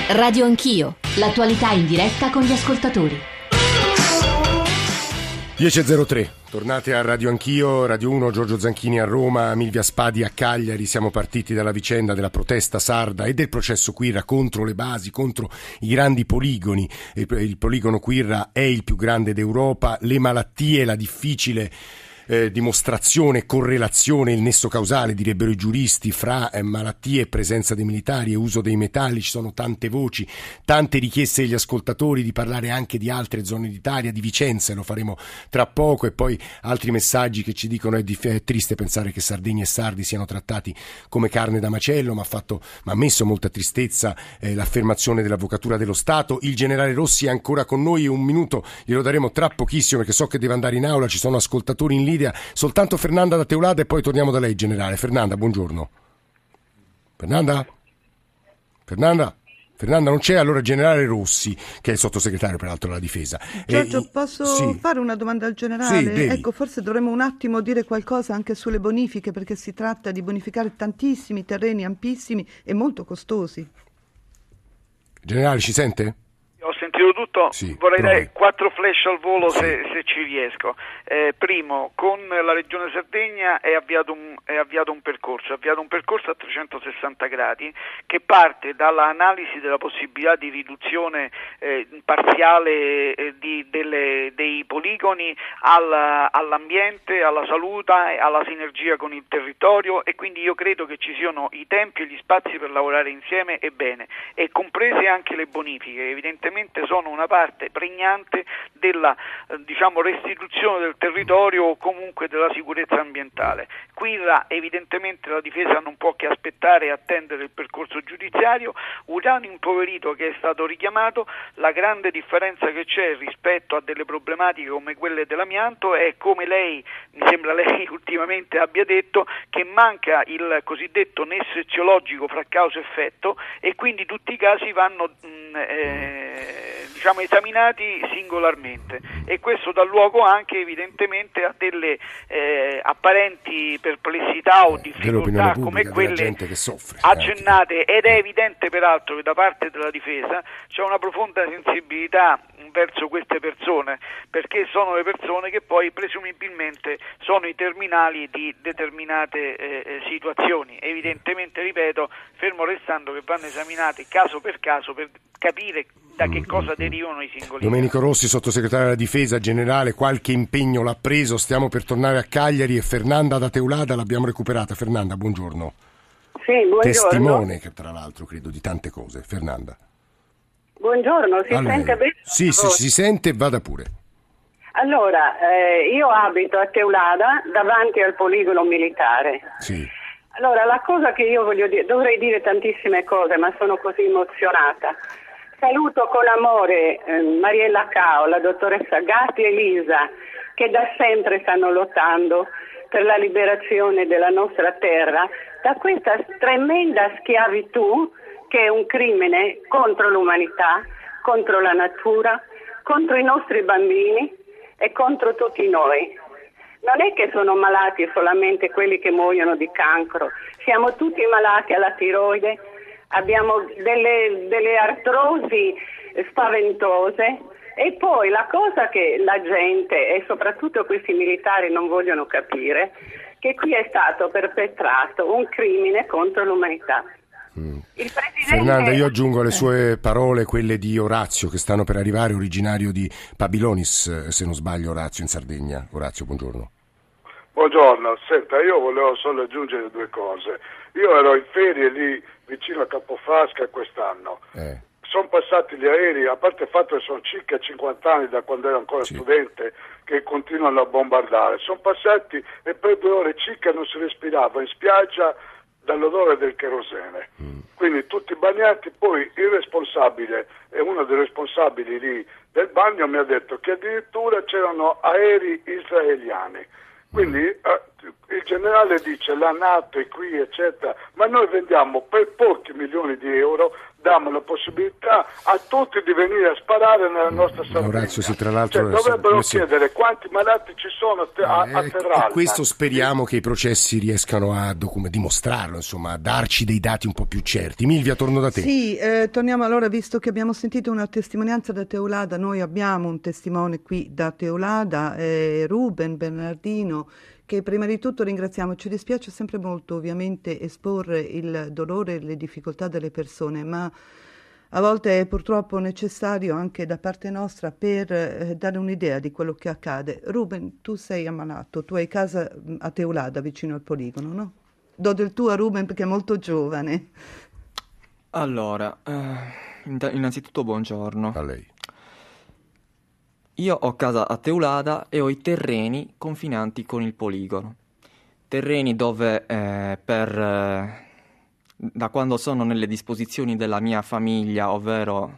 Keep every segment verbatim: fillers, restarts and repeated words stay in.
Radio Anch'io, l'attualità in diretta con gli ascoltatori. dieci e zero tre, tornate a Radio Anch'io, Radio uno, Giorgio Zanchini a Roma, Milvia Spadi a Cagliari. Siamo partiti dalla vicenda della protesta sarda e del processo Quirra contro le basi, contro i grandi poligoni. Il poligono Quirra è il più grande d'Europa, le malattie, la difficile Eh, dimostrazione, correlazione, il nesso causale, direbbero i giuristi, fra eh, malattie, presenza dei militari e uso dei metalli. Ci sono tante voci, tante richieste degli ascoltatori di parlare anche di altre zone d'Italia, di Vicenza, e lo faremo tra poco, e poi altri messaggi che ci dicono è, dif- è triste pensare che Sardegna e sardi siano trattati come carne da macello, ma ha fatto, ma ha messo molta tristezza eh, l'affermazione dell'Avvocatura dello Stato. Il generale Rossi è ancora con noi, un minuto glielo daremo tra pochissimo perché so che deve andare in aula, ci sono ascoltatori in linea. Soltanto Fernanda da Teulada e poi torniamo da lei, generale. Fernanda, buongiorno. Fernanda? Fernanda? Fernanda non c'è, allora generale Rossi, che è il sottosegretario peraltro della difesa. Giorgio, eh, posso sì. fare una domanda al generale? Sì, devi. Ecco, forse dovremmo un attimo dire qualcosa anche sulle bonifiche, perché si tratta di bonificare tantissimi terreni ampissimi e molto costosi. Generale, ci sente? Ho sentito tutto, sì, vorrei provi. dare quattro flash al volo sì. se, se ci riesco. Eh, primo, con la Regione Sardegna è avviato, un, è avviato un percorso, è avviato un percorso a trecentosessanta gradi che parte dall'analisi della possibilità di riduzione eh, parziale eh, di, delle, dei poligoni al, all'ambiente, alla salute, alla sinergia con il territorio, e quindi io credo che ci siano i tempi e gli spazi per lavorare insieme e bene, e comprese anche le bonifiche. Evidentemente sono una parte pregnante della eh, diciamo restituzione del territorio o comunque della sicurezza ambientale. Quirra, evidentemente la difesa non può che aspettare e attendere il percorso giudiziario. Uranio impoverito, che è stato richiamato, la grande differenza che c'è rispetto a delle problematiche come quelle dell'amianto è, come lei, mi sembra lei ultimamente abbia detto, che manca il cosiddetto nesso eziologico fra causa e effetto, e quindi tutti i casi vanno mh, eh, diciamo esaminati singolarmente, e questo dà luogo anche evidentemente a delle eh, apparenti perplessità o difficoltà come quelle gente che soffre, accennate, ed è evidente peraltro che da parte della difesa c'è una profonda sensibilità verso queste persone, perché sono le persone che poi presumibilmente sono i terminali di determinate eh, situazioni. Evidentemente, ripeto, fermo restando che vanno esaminati caso per caso per capire da che cosa derivano i singoli. Domenico Rossi, sottosegretario della difesa, generale, qualche impegno l'ha preso, stiamo per tornare a Cagliari, e Fernanda da Teulada l'abbiamo recuperata. Fernanda, buongiorno. Sì, buongiorno. Testimone, che tra l'altro credo di tante cose. Fernanda. Buongiorno, si allora, sente bene? Sì, sì, si sente, vada pure. Allora, eh, io abito a Teulada, davanti al poligono militare. Sì. Allora, la cosa che io voglio dire, dovrei dire tantissime cose, ma sono così emozionata. Saluto con amore eh, Mariella Cao, la dottoressa Gatti e Elisa, che da sempre stanno lottando per la liberazione della nostra terra da questa tremenda schiavitù che è un crimine contro l'umanità, contro la natura, contro i nostri bambini e contro tutti noi. Non è che sono malati solamente quelli che muoiono di cancro, siamo tutti malati alla tiroide, abbiamo delle, delle artrosi spaventose, e poi la cosa che la gente e soprattutto questi militari non vogliono capire, che qui è stato perpetrato un crimine contro l'umanità. Mm. Il presidente... Fernanda, io aggiungo alle sue parole quelle di Orazio, che stanno per arrivare, originario di Pabilonis, se non sbaglio, Orazio, in Sardegna. Orazio, buongiorno. Buongiorno, senta, io volevo solo aggiungere due cose. Io ero in ferie lì vicino a Capofasca quest'anno. Eh. Sono passati gli aerei, a parte il fatto che sono circa cinquanta anni da quando ero ancora sì. studente, che continuano a bombardare. Sono passati e per due ore circa non si respirava in spiaggia dall'odore del cherosene. Mm. Quindi tutti bagnati. Poi il responsabile, e uno dei responsabili lì del bagno, mi ha detto che addirittura c'erano aerei israeliani. Quindi eh, il generale dice la NATO è qui, eccetera, ma noi vendiamo per pochi milioni di euro, diamo la possibilità a tutti di venire a sparare nella nostra Sardegna. Orazio, sì, tra l'altro, cioè, dovrebbero messo... chiedere quanti malati ci sono a, a Terralta. E questo speriamo che i processi riescano a docu- dimostrarlo, insomma, a darci dei dati un po' più certi. Milvia, torno da te. Sì, eh, torniamo allora, visto che abbiamo sentito una testimonianza da Teulada, noi abbiamo un testimone qui da Teulada, eh, Ruben Bernardino, che prima di tutto ringraziamo. Ci dispiace sempre molto ovviamente esporre il dolore e le difficoltà delle persone, ma a volte è purtroppo necessario anche da parte nostra per eh, dare un'idea di quello che accade. Ruben, tu sei ammalato, tu hai casa a Teulada vicino al poligono, no? Do del tuo a Ruben perché è molto giovane. Allora, eh, innanzitutto buongiorno. A lei. Io ho casa a Teulada e ho i terreni confinanti con il poligono. Terreni dove eh, per, eh, da quando sono nelle disposizioni della mia famiglia, ovvero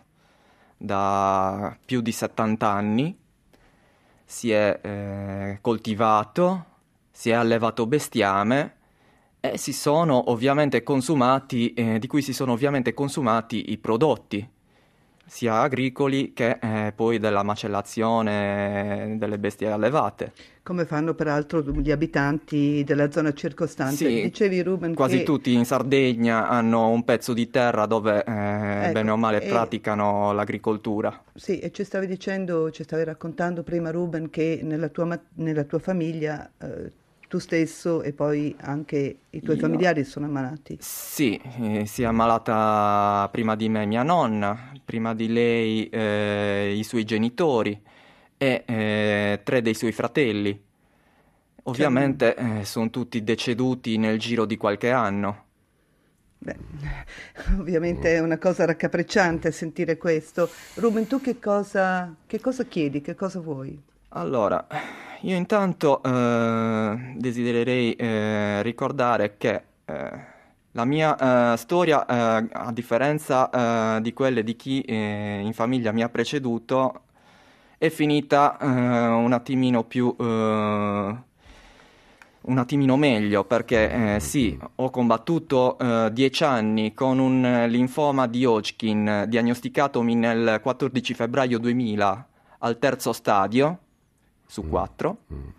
da più di settanta anni, si è eh, coltivato, si è allevato bestiame e si sono ovviamente consumati, eh, di cui si sono ovviamente consumati i prodotti, sia agricoli che eh, poi della macellazione delle bestie allevate. Come fanno peraltro gli abitanti della zona circostante. Sì, dicevi Ruben quasi che... tutti in Sardegna hanno un pezzo di terra dove eh, ecco, bene o male e... praticano l'agricoltura. Sì, e ci stavi dicendo, ci stavi raccontando prima Ruben che nella tua, nella tua famiglia eh, tu stesso e poi anche i tuoi Io... familiari sono ammalati. Sì, eh, si è ammalata prima di me mia nonna, prima di lei eh, i suoi genitori e eh, tre dei suoi fratelli. Ovviamente eh, sono tutti deceduti nel giro di qualche anno. Beh, ovviamente è una cosa raccapricciante sentire questo. Ruben, tu che cosa, che cosa chiedi, che cosa vuoi? Allora, io intanto eh, desidererei eh, ricordare che eh, la mia eh, storia, eh, a differenza eh, di quelle di chi eh, in famiglia mi ha preceduto, è finita eh, un attimino più, eh, un attimino meglio, perché eh, sì, ho combattuto eh, dieci anni con un linfoma di Hodgkin diagnosticatomi nel quattordici febbraio duemila al terzo stadio su quattro. Mm. Mm.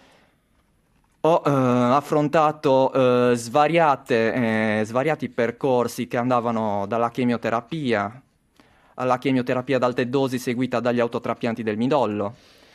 Ho eh, affrontato eh, svariate, eh, svariati percorsi che andavano dalla chemioterapia alla chemioterapia ad alte dosi seguita dagli autotrapianti del midollo,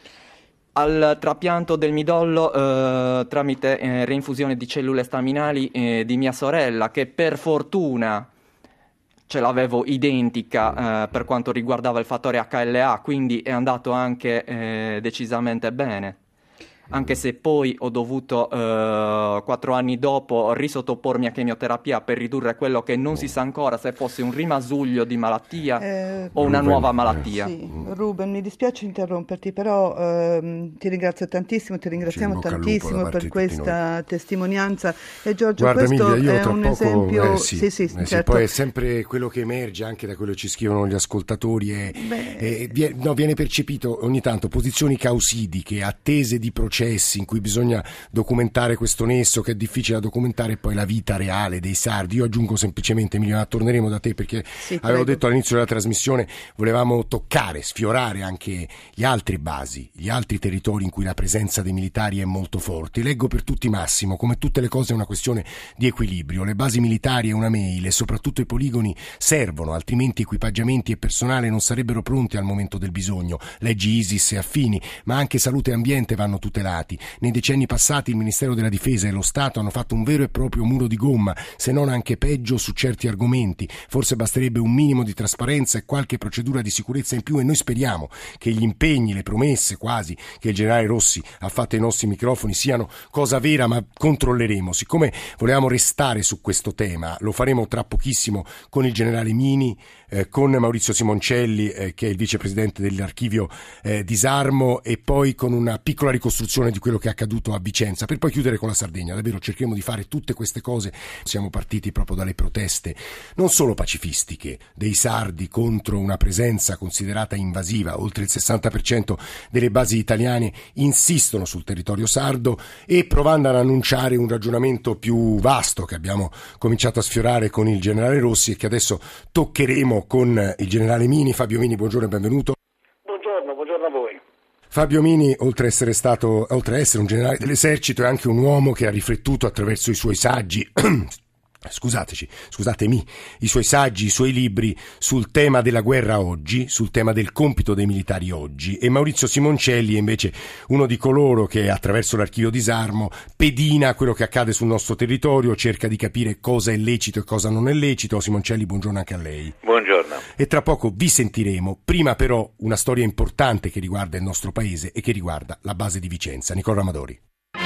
al trapianto del midollo eh, tramite eh, reinfusione di cellule staminali eh, di mia sorella, che per fortuna ce l'avevo identica eh, per quanto riguardava il fattore H L A, quindi è andato anche eh, decisamente bene. Anche se poi ho dovuto eh, quattro anni dopo risottopormi a chemioterapia per ridurre quello che non si sa ancora se fosse un rimasuglio di malattia eh, o una Ruben, nuova malattia. Sì. Ruben, mi dispiace interromperti, però ehm, ti ringrazio tantissimo, ti ringraziamo tantissimo per questa testimonianza. E Giorgio, guarda, questo Emilia, io è tra un poco, esempio... Eh, sì, sì, sì, eh, certo. Poi è sempre quello che emerge anche da quello che ci scrivono gli ascoltatori, e, e viene, no, viene percepito ogni tanto posizioni causidiche, attese di processi in cui bisogna documentare questo nesso che è difficile da documentare, e poi la vita reale dei sardi. Io aggiungo semplicemente, Emiliano, torneremo da te perché sì, avevo detto all'inizio della trasmissione, volevamo toccare, sfiorare anche gli altri basi, gli altri territori in cui la presenza dei militari è molto forte. Leggo per tutti Massimo: come tutte le cose è una questione di equilibrio, le basi militari e una mail e soprattutto i poligoni servono, altrimenti equipaggiamenti e personale non sarebbero pronti al momento del bisogno. Leggi ISIS e affini, ma anche salute e ambiente vanno tutelati. Nei decenni passati il Ministero della Difesa e lo Stato hanno fatto un vero e proprio muro di gomma, se non anche peggio su certi argomenti. Forse basterebbe un minimo di trasparenza e qualche procedura di sicurezza in più, e noi speriamo che gli impegni, le promesse quasi che il generale Rossi ha fatto ai nostri microfoni siano cosa vera, ma controlleremo. Siccome volevamo restare su questo tema, lo faremo tra pochissimo con il generale Mini, eh, con Maurizio Simoncelli, eh, che è il vicepresidente dell'archivio eh, Disarmo, e poi con una piccola ricostruzione ricostruzione di quello che è accaduto a Vicenza, per poi chiudere con la Sardegna. Davvero cercheremo di fare tutte queste cose. Siamo partiti proprio dalle proteste non solo pacifistiche dei sardi contro una presenza considerata invasiva. Oltre il sessanta per cento delle basi italiane insistono sul territorio sardo, e provando ad annunciare un ragionamento più vasto che abbiamo cominciato a sfiorare con il generale Rossi e che adesso toccheremo con il generale Mini. Fabio Mini, buongiorno e benvenuto. Buongiorno, buongiorno a voi. Fabio Mini, oltre a essere stato, oltre a essere un generale dell'esercito, è anche un uomo che ha riflettuto attraverso i suoi saggi Scusateci, scusatemi, i suoi saggi, i suoi libri sul tema della guerra oggi, sul tema del compito dei militari oggi, e Maurizio Simoncelli è invece uno di coloro che attraverso l'archivio Disarmo pedina quello che accade sul nostro territorio, cerca di capire cosa è lecito e cosa non è lecito. Simoncelli, buongiorno anche a lei. Buongiorno. E tra poco vi sentiremo. Prima però una storia importante che riguarda il nostro paese e che riguarda la base di Vicenza. Nicola Amadori.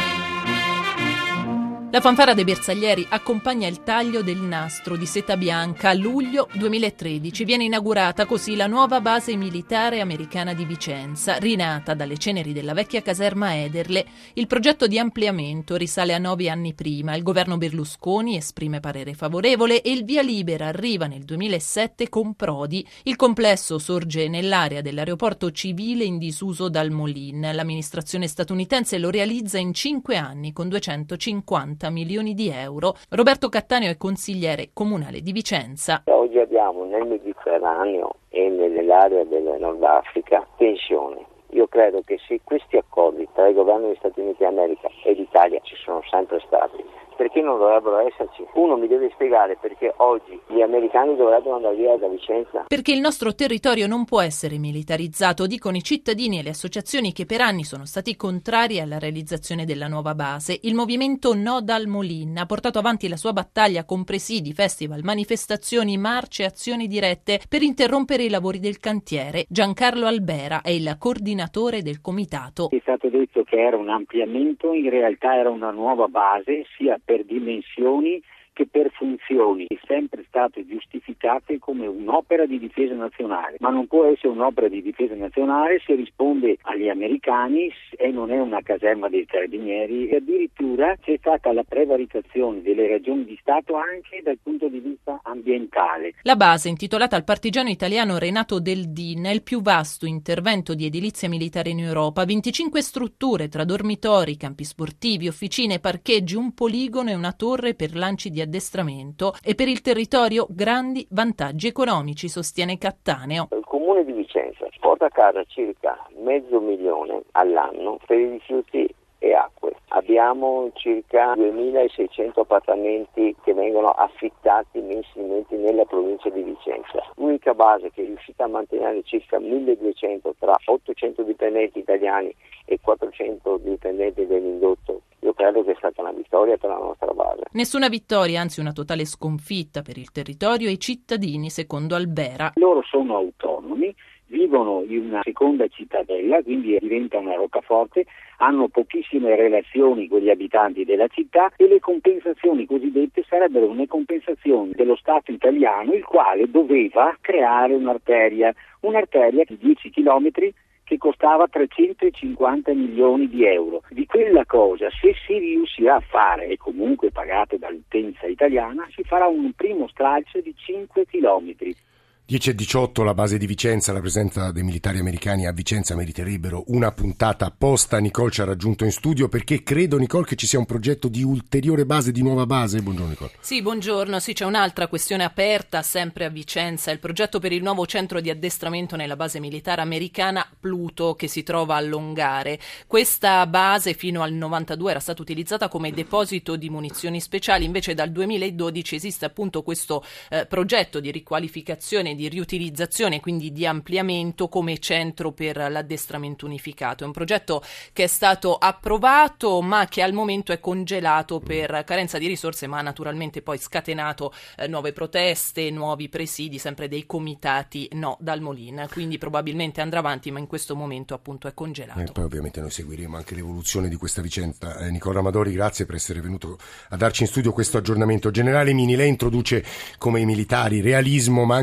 La fanfara dei bersaglieri accompagna il taglio del nastro di seta bianca. A luglio duemilatredici viene inaugurata così la nuova base militare americana di Vicenza, rinata dalle ceneri della vecchia caserma Ederle. Il progetto di ampliamento risale a nove anni prima. Il governo Berlusconi esprime parere favorevole e il via libera arriva nel duemilasette con Prodi. Il complesso sorge nell'area dell'aeroporto civile in disuso dal Molin. L'amministrazione statunitense lo realizza in cinque anni con duecentocinquanta milioni di euro. Roberto Cattaneo è consigliere comunale di Vicenza. Oggi abbiamo nel Mediterraneo e nell'area del Nord Africa tensioni. Io credo che se questi accordi tra il governo degli Stati Uniti d'America e l'Italia ci sono sempre stati, perché non dovrebbero esserci? Uno mi deve spiegare perché oggi gli americani dovrebbero andare via da Vicenza. Perché il nostro territorio non può essere militarizzato, dicono i cittadini e le associazioni che per anni sono stati contrari alla realizzazione della nuova base. Il movimento No dal Molin ha portato avanti la sua battaglia con presidi, festival, manifestazioni, marce e azioni dirette per interrompere i lavori del cantiere. Giancarlo Albera è il coordinatore del comitato. È stato detto che era un ampliamento, in realtà era una nuova base, sia per dimensioni che per funzioni, è sempre state giustificate come un'opera di difesa nazionale, ma non può essere un'opera di difesa nazionale se risponde agli americani e non è una caserma dei carabinieri. E addirittura c'è stata la prevaricazione delle ragioni di Stato anche dal punto di vista ambientale. La base, intitolata al partigiano italiano Renato Del Din, è il più vasto intervento di edilizia militare in Europa. venticinque strutture tra dormitori, campi sportivi, officine, parcheggi, un poligono e una torre per lanci di addestramento, e per il territorio grandi vantaggi economici, sostiene Cattaneo. Il comune di Vicenza porta a casa circa mezzo milione all'anno per i rifiuti e acque. Abbiamo circa duemilaseicento appartamenti che vengono affittati mensilmente nella provincia di Vicenza. L'unica base che è riuscita a mantenere circa milleduecento tra ottocento dipendenti italiani e quattrocento dipendenti dell'indotto. Io credo che è stata una vittoria per la nostra base. Nessuna vittoria, anzi una totale sconfitta per il territorio e i cittadini, secondo Albera. Loro sono autonomi, vivono in una seconda cittadella, quindi diventano una roccaforte, hanno pochissime relazioni con gli abitanti della città e le compensazioni cosiddette sarebbero una compensazione dello Stato italiano, il quale doveva creare un'arteria, un'arteria di dieci chilometri che costava trecentocinquanta milioni di euro. Di quella cosa, se si riuscirà a fare, e comunque pagate dall'utenza italiana, si farà un primo stralcio di cinque chilometri. dieci e diciotto, la base di Vicenza, la presenza dei militari americani a Vicenza meriterebbero una puntata apposta. Nicole ci ha raggiunto in studio perché credo, Nicole, che ci sia un progetto di ulteriore base, di nuova base. Buongiorno Nicole. Sì, buongiorno. Sì, c'è un'altra questione aperta sempre a Vicenza, il progetto per il nuovo centro di addestramento nella base militare americana Pluto che si trova a Longare. Questa base fino al novantadue era stata utilizzata come deposito di munizioni speciali, invece dal duemiladodici esiste appunto questo eh, progetto di riqualificazione, di riutilizzazione, quindi di ampliamento come centro per l'addestramento unificato. È un progetto che è stato approvato ma che al momento è congelato per carenza di risorse, ma ha naturalmente poi scatenato eh, nuove proteste, nuovi presidi, sempre dei comitati no dal Molin, quindi probabilmente andrà avanti, ma in questo momento appunto è congelato. E poi ovviamente noi seguiremo anche l'evoluzione di questa vicenda. Eh, Nicola Amadori, grazie per essere venuto a darci in studio questo aggiornamento. Generale Mini, lei introduce come i militari realismo, ma anche un realismo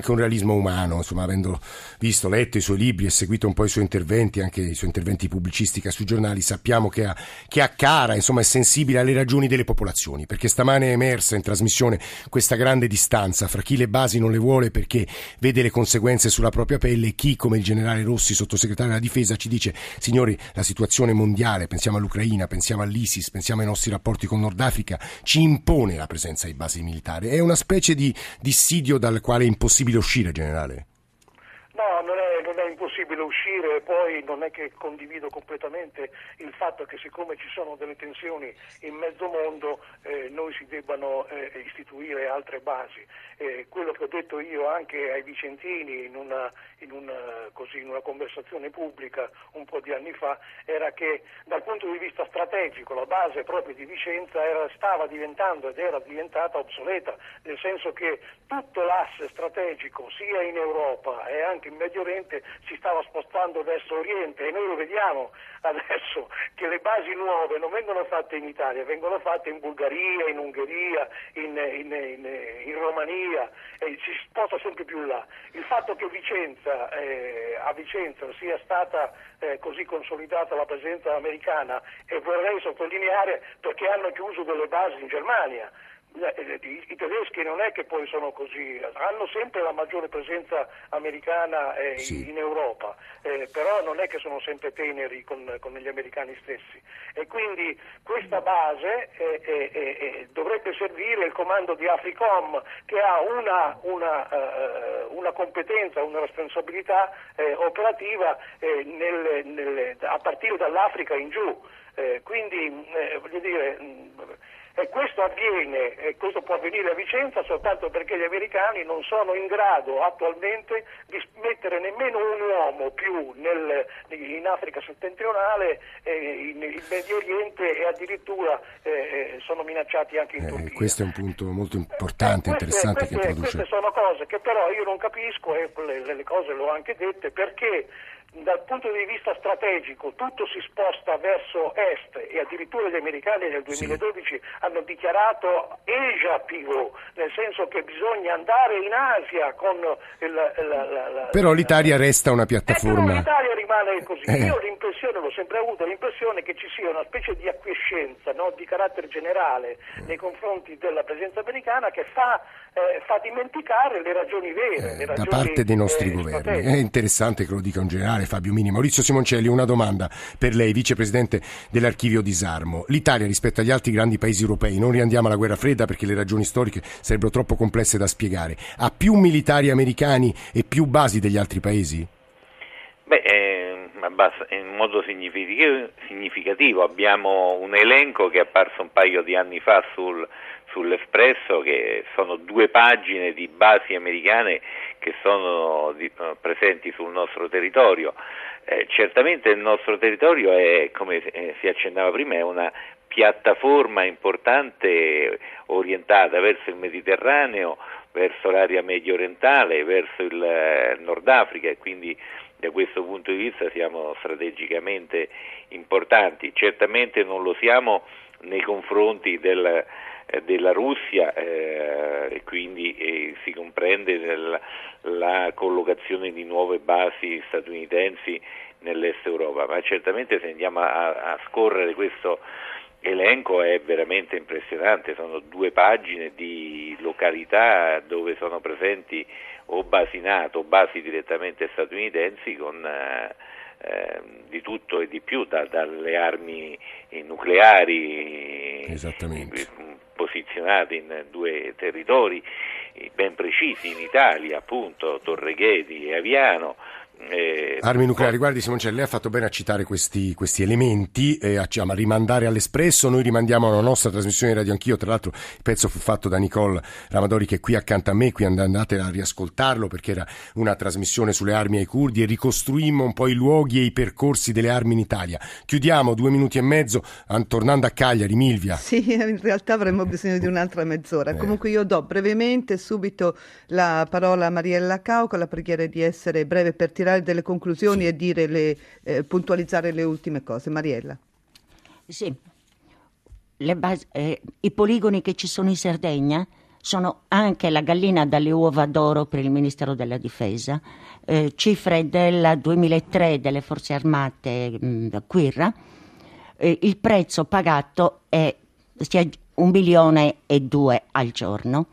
realismo umano, insomma, avendo visto, letto i suoi libri e seguito un po' i suoi interventi, anche i suoi interventi pubblicistica sui giornali, sappiamo che ha, che ha cara, insomma, è sensibile alle ragioni delle popolazioni, perché stamane è emersa in trasmissione questa grande distanza fra chi le basi non le vuole perché vede le conseguenze sulla propria pelle e chi, come il generale Rossi, sottosegretario della difesa, ci dice: signori, la situazione mondiale, pensiamo all'Ucraina, pensiamo all'ISIS, pensiamo ai nostri rapporti con Nord Africa, ci impone la presenza di basi militari. È una specie di dissidio dal quale è impossibile uscire, generale. No, non è, non è impossibile uscire, e poi non è che condivido completamente il fatto che siccome ci sono delle tensioni in mezzo mondo eh, noi si debbano eh, istituire altre basi. Eh, quello che ho detto io anche ai vicentini in una, in, una, così, in una conversazione pubblica un po' di anni fa era che dal punto di vista strategico la base proprio di Vicenza era, stava diventando ed era diventata obsoleta, nel senso che tutto l'asse strategico sia in Europa e anche in Medio Oriente si stava spostando verso Oriente, e noi lo vediamo adesso che le basi nuove non vengono fatte in Italia, vengono fatte in Bulgaria, in Ungheria, in, in, in, in Romania, e si sposta sempre più là. Il fatto che Vicenza, eh, a Vicenza sia stata eh, così consolidata la presenza americana, e vorrei sottolineare perché hanno chiuso delle basi in Germania. I, i tedeschi non è che poi sono così, hanno sempre la maggiore presenza americana eh, sì. in Europa, eh, però non è che sono sempre teneri con, con gli americani stessi, e quindi questa base eh, eh, eh, dovrebbe servire il comando di AFRICOM, che ha una, una, uh, una competenza, una responsabilità eh, operativa eh, nelle, nelle, a partire dall'Africa in giù, eh, quindi eh, voglio dire mh, e questo avviene, e questo può avvenire a Vicenza soltanto perché gli americani non sono in grado attualmente di mettere nemmeno un uomo più nel, in Africa settentrionale, eh, in, in Medio Oriente, e addirittura eh, sono minacciati anche in eh, Turchia. Questo è un punto molto importante, eh, queste, interessante queste, che produce. Queste sono cose che però io non capisco, e le, le cose le ho anche dette, perché dal punto di vista strategico tutto si sposta verso est, e addirittura gli americani nel duemiladodici sì. hanno dichiarato Asia Pivot, nel senso che bisogna andare in Asia con il, la, la, la, però l'Italia resta una piattaforma. Eh, l'Italia rimane così. Eh. Io ho l'impressione, l'ho sempre avuto l'impressione che ci sia una specie di acquiescenza, no, di carattere generale nei confronti della presenza americana, che fa, eh, fa dimenticare le ragioni vere, eh, le ragioni, da parte dei nostri eh, governi. strategiche. È interessante che lo dica un generale, Fabio Mini. Maurizio Simoncelli, una domanda per lei, vicepresidente dell'Archivio Disarmo. L'Italia rispetto agli altri grandi paesi europei, non riandiamo alla guerra fredda perché le ragioni storiche sarebbero troppo complesse da spiegare, ha più militari americani e più basi degli altri paesi? Beh, eh, in modo significativo, significativo abbiamo un elenco che è apparso un paio di anni fa sul sull'Espresso, che sono due pagine di basi americane che sono di, uh, presenti sul nostro territorio. Eh, certamente il nostro territorio è, come eh, si accennava prima, è una piattaforma importante orientata verso il Mediterraneo, verso l'area medio orientale, verso il eh, Nord Africa, e quindi da questo punto di vista siamo strategicamente importanti. Certamente non lo siamo nei confronti del della Russia, eh, e quindi eh, si comprende nel, la collocazione di nuove basi statunitensi nell'est Europa, ma certamente se andiamo a, a scorrere questo elenco è veramente impressionante. Sono due pagine di località dove sono presenti o basi NATO o basi direttamente statunitensi con eh, eh, di tutto e di più, da, dalle armi nucleari. Esattamente. Posizionati in due territori ben precisi in Italia, appunto Torre Ghedi e Aviano. Eh, Armi nucleari, guardi Simoncelli, lei ha fatto bene a citare questi, questi elementi e a, a rimandare all'Espresso. Noi rimandiamo alla nostra trasmissione di Radio Anch'io, tra l'altro il pezzo fu fatto da Nicole Ramadori, che è qui accanto a me, qui andate a riascoltarlo perché era una trasmissione sulle armi ai curdi e ricostruimmo un po' i luoghi e i percorsi delle armi in Italia. Chiudiamo, due minuti e mezzo, tornando a Cagliari. Milvia. Sì, in realtà avremmo bisogno di un'altra mezz'ora. Eh. Comunque io do brevemente subito la parola a Mariella Cao con la preghiera di essere breve per tirare delle conclusioni sì. e dire le, eh, puntualizzare le ultime cose. Mariella. Sì, le basi, eh, i poligoni che ci sono in Sardegna sono anche la gallina dalle uova d'oro per il Ministero della Difesa, eh, cifre del duemilatré delle Forze Armate mh, Quirra, eh, il prezzo pagato è un milione e due al giorno,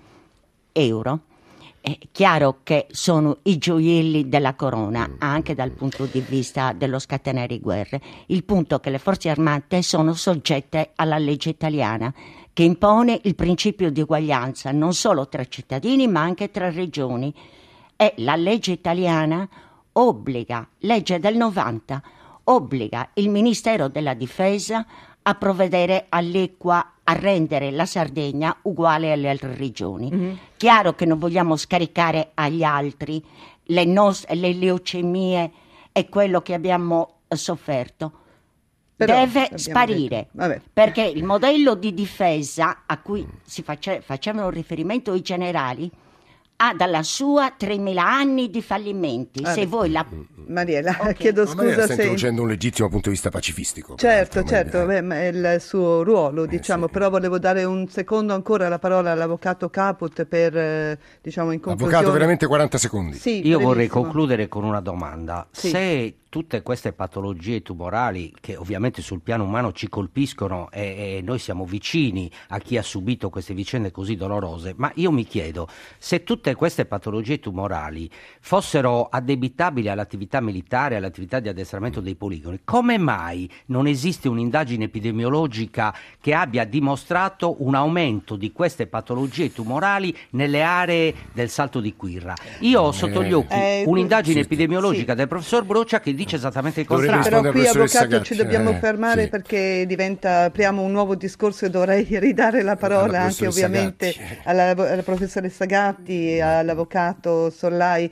euro. È chiaro che sono i gioielli della corona, anche dal punto di vista dello scatenare guerre. Il punto è che le forze armate sono soggette alla legge italiana, che impone il principio di uguaglianza non solo tra cittadini ma anche tra regioni. E la legge italiana obbliga, legge del novanta, obbliga il Ministero della Difesa a provvedere all'equa, a rendere la Sardegna uguale alle altre regioni. Mm-hmm. Chiaro che non vogliamo scaricare agli altri le, nos- le leucemie e quello che abbiamo sofferto. Però deve sparire, perché il modello di difesa a cui si face- facevano riferimento i generali ha dalla sua tremila anni di fallimenti. Ah, se voi la... Mariela, okay. chiedo scusa. Mariela sta se... introducendo un legittimo punto di vista pacifistico. Certo, certo, beh, ma è il suo ruolo, diciamo, eh, sì. Però volevo dare un secondo ancora la parola all'avvocato Caput per, eh, diciamo, in conclusione. Avvocato, veramente quaranta secondi. Sì, Io brevissimo. vorrei concludere con una domanda. Sì. Se tutte queste patologie tumorali, che ovviamente sul piano umano ci colpiscono e, e noi siamo vicini a chi ha subito queste vicende così dolorose, ma io mi chiedo, se tutte queste patologie tumorali fossero addebitabili all'attività militare, all'attività di addestramento dei poligoni, come mai non esiste un'indagine epidemiologica che abbia dimostrato un aumento di queste patologie tumorali nelle aree del Salto di Quirra? Io ho sotto gli occhi eh, un'indagine sì, epidemiologica sì. del professor Broccia che dice esattamente il contrario. Però qui, avvocato, ci dobbiamo eh, fermare sì. perché diventa, apriamo un nuovo discorso e dovrei ridare la parola alla anche ovviamente alla, alla professoressa Gatti, all'avvocato Sollai.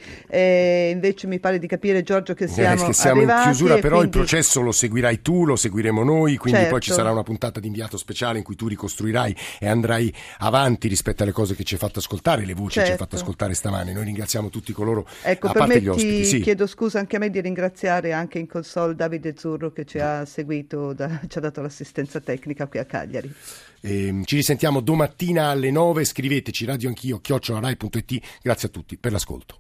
E invece mi pare di capire, Giorgio, che siamo, eh, che siamo arrivati in chiusura, però quindi... il processo lo seguirai tu, lo seguiremo noi, quindi certo. poi ci sarà una puntata di inviato speciale in cui tu ricostruirai e andrai avanti rispetto alle cose che ci hai fatto ascoltare, le voci certo. che ci hai fatto ascoltare stamane. Noi ringraziamo tutti coloro, ecco, a parte gli permetti, ospiti. Sì. Chiedo scusa anche a me di ringraziare anche in console Davide Zurro che ci ha seguito, da, ci ha dato l'assistenza tecnica qui a Cagliari. Eh, ci risentiamo domattina alle nove, scriveteci radioanchio chiocciola rai punto it. Grazie a tutti per l'ascolto.